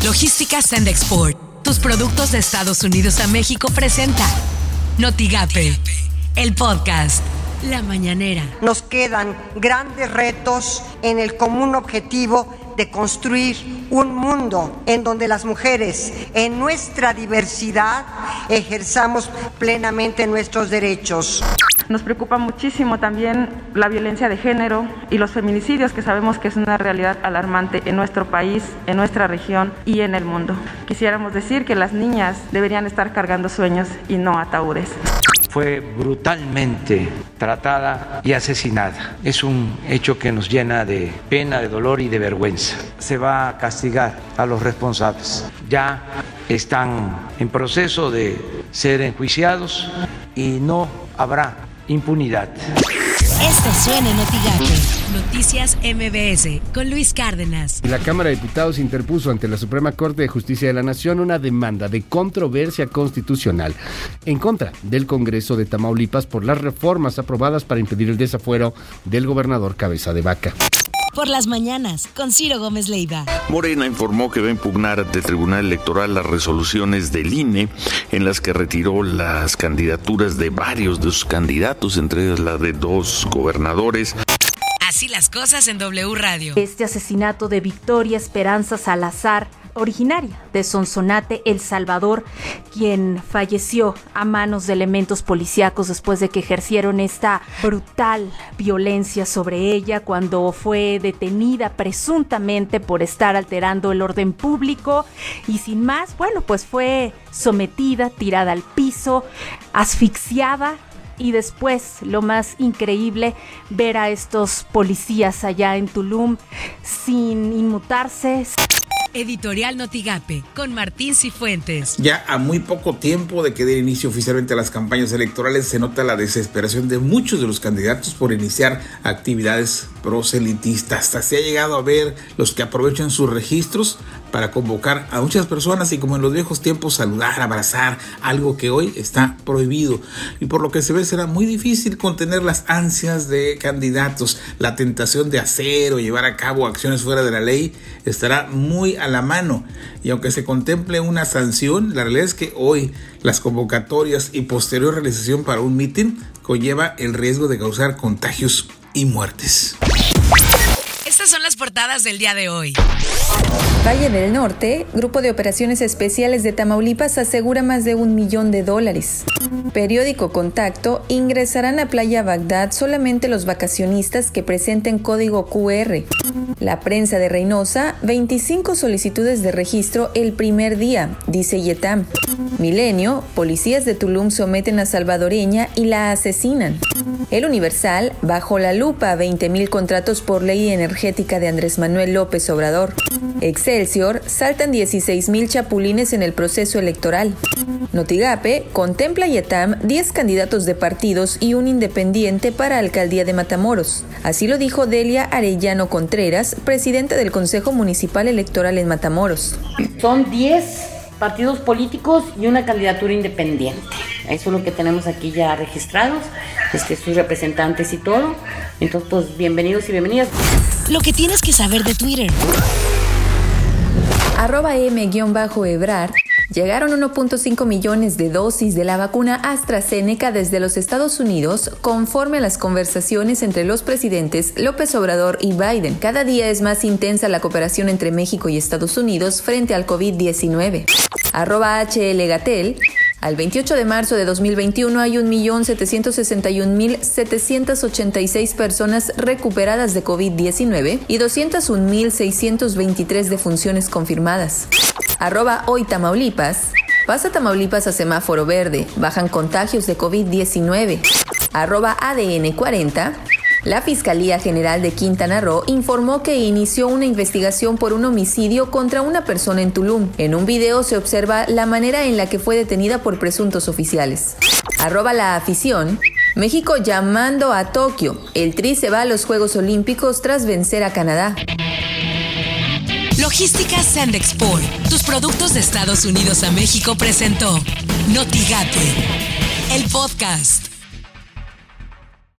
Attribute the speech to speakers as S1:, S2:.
S1: Logística Send Export. Tus productos de Estados Unidos a México presenta Notigape, el podcast La Mañanera.
S2: Nos quedan grandes retos en el común objetivo de construir un mundo en donde las mujeres, en nuestra diversidad, ejerzamos plenamente nuestros derechos.
S3: Nos preocupa muchísimo también la violencia de género y los feminicidios, que sabemos que es una realidad alarmante en nuestro país, en nuestra región y en el mundo. Quisiéramos decir que las niñas deberían estar cargando sueños y no ataúdes.
S4: Fue brutalmente tratada y asesinada. Es un hecho que nos llena de pena, de dolor y de vergüenza. Se va a castigar a los responsables. Ya están en proceso de ser enjuiciados y no habrá impunidad.
S1: Esto suena en Notigape. Noticias MBS con Luis Cárdenas.
S5: La Cámara de Diputados interpuso ante la Suprema Corte de Justicia de la Nación una demanda de controversia constitucional en contra del Congreso de Tamaulipas por las reformas aprobadas para impedir el desafuero del gobernador Cabeza de Vaca.
S1: Por las mañanas, con Ciro Gómez Leiva.
S6: Morena informó que va a impugnar ante el Tribunal Electoral las resoluciones del INE en las que retiró las candidaturas de varios de sus candidatos, entre ellas la de 2 gobernadores.
S1: Así las cosas en W Radio.
S7: Este asesinato de Victoria Esperanza Salazar, originaria de Sonsonate, El Salvador, quien falleció a manos de elementos policíacos después de que ejercieron esta brutal violencia sobre ella cuando fue detenida presuntamente por estar alterando el orden público y sin más, pues fue sometida, tirada al piso, asfixiada. Y después, lo más increíble, ver a estos policías allá en Tulum sin inmutarse.
S1: Editorial Notigape, con Martín Cifuentes.
S8: Ya a muy poco tiempo de que dé inicio oficialmente a las campañas electorales, se nota la desesperación de muchos de los candidatos por iniciar actividades proselitistas. Hasta se ha llegado a ver los que aprovechan sus registros para convocar a muchas personas y, como en los viejos tiempos, saludar, abrazar, algo que hoy está prohibido. Y por lo que se ve, será muy difícil contener las ansias de candidatos. La tentación de hacer o llevar a cabo acciones fuera de la ley estará muy a la mano. Y aunque se contemple una sanción, la realidad es que hoy las convocatorias y posterior realización para un mitin conlleva el riesgo de causar contagios y muertes.
S1: Estas son las portadas del día de hoy.
S9: Valle del Norte, Grupo de Operaciones Especiales de Tamaulipas asegura más de $1 millón. Periódico Contacto, ingresarán a Playa Bagdad solamente los vacacionistas que presenten código QR. La Prensa de Reynosa, 25 solicitudes de registro el primer día, dice Yetam. Milenio, policías de Tulum someten a salvadoreña y la asesinan. El Universal, bajo la lupa, 20,000 contratos por ley energética de Andrés Manuel López Obrador. Excelsior, saltan 16,000 chapulines en el proceso electoral. Notigape, contempla Yetam 10 candidatos de partidos y un independiente para alcaldía de Matamoros. Así lo dijo Delia Arellano Contreras, presidenta del Consejo Municipal Electoral en Matamoros.
S10: Son 10 partidos políticos y una candidatura independiente. Eso es lo que tenemos aquí ya registrados, sus representantes y todo. Entonces, pues, bienvenidos y bienvenidas.
S1: Lo que tienes que saber de Twitter.
S9: @M_Ebrard. Llegaron 1.5 millones de dosis de la vacuna AstraZeneca desde los Estados Unidos, conforme a las conversaciones entre los presidentes López Obrador y Biden. Cada día es más intensa la cooperación entre México y Estados Unidos frente al COVID-19. @HLGatel. Al 28 de marzo de 2021 hay 1.761.786 personas recuperadas de COVID-19 y 201.623 defunciones confirmadas. @Hoy Tamaulipas. Pasa Tamaulipas a semáforo verde. Bajan contagios de COVID-19. @ADN 40. La Fiscalía General de Quintana Roo informó que inició una investigación por un homicidio contra una persona en Tulum. En un video se observa la manera en la que fue detenida por presuntos oficiales. @La Afición. México llamando a Tokio. El Tri se va a los Juegos Olímpicos tras vencer a Canadá.
S1: Logística Send Export. Tus productos de Estados Unidos a México presentó Notigape, el podcast.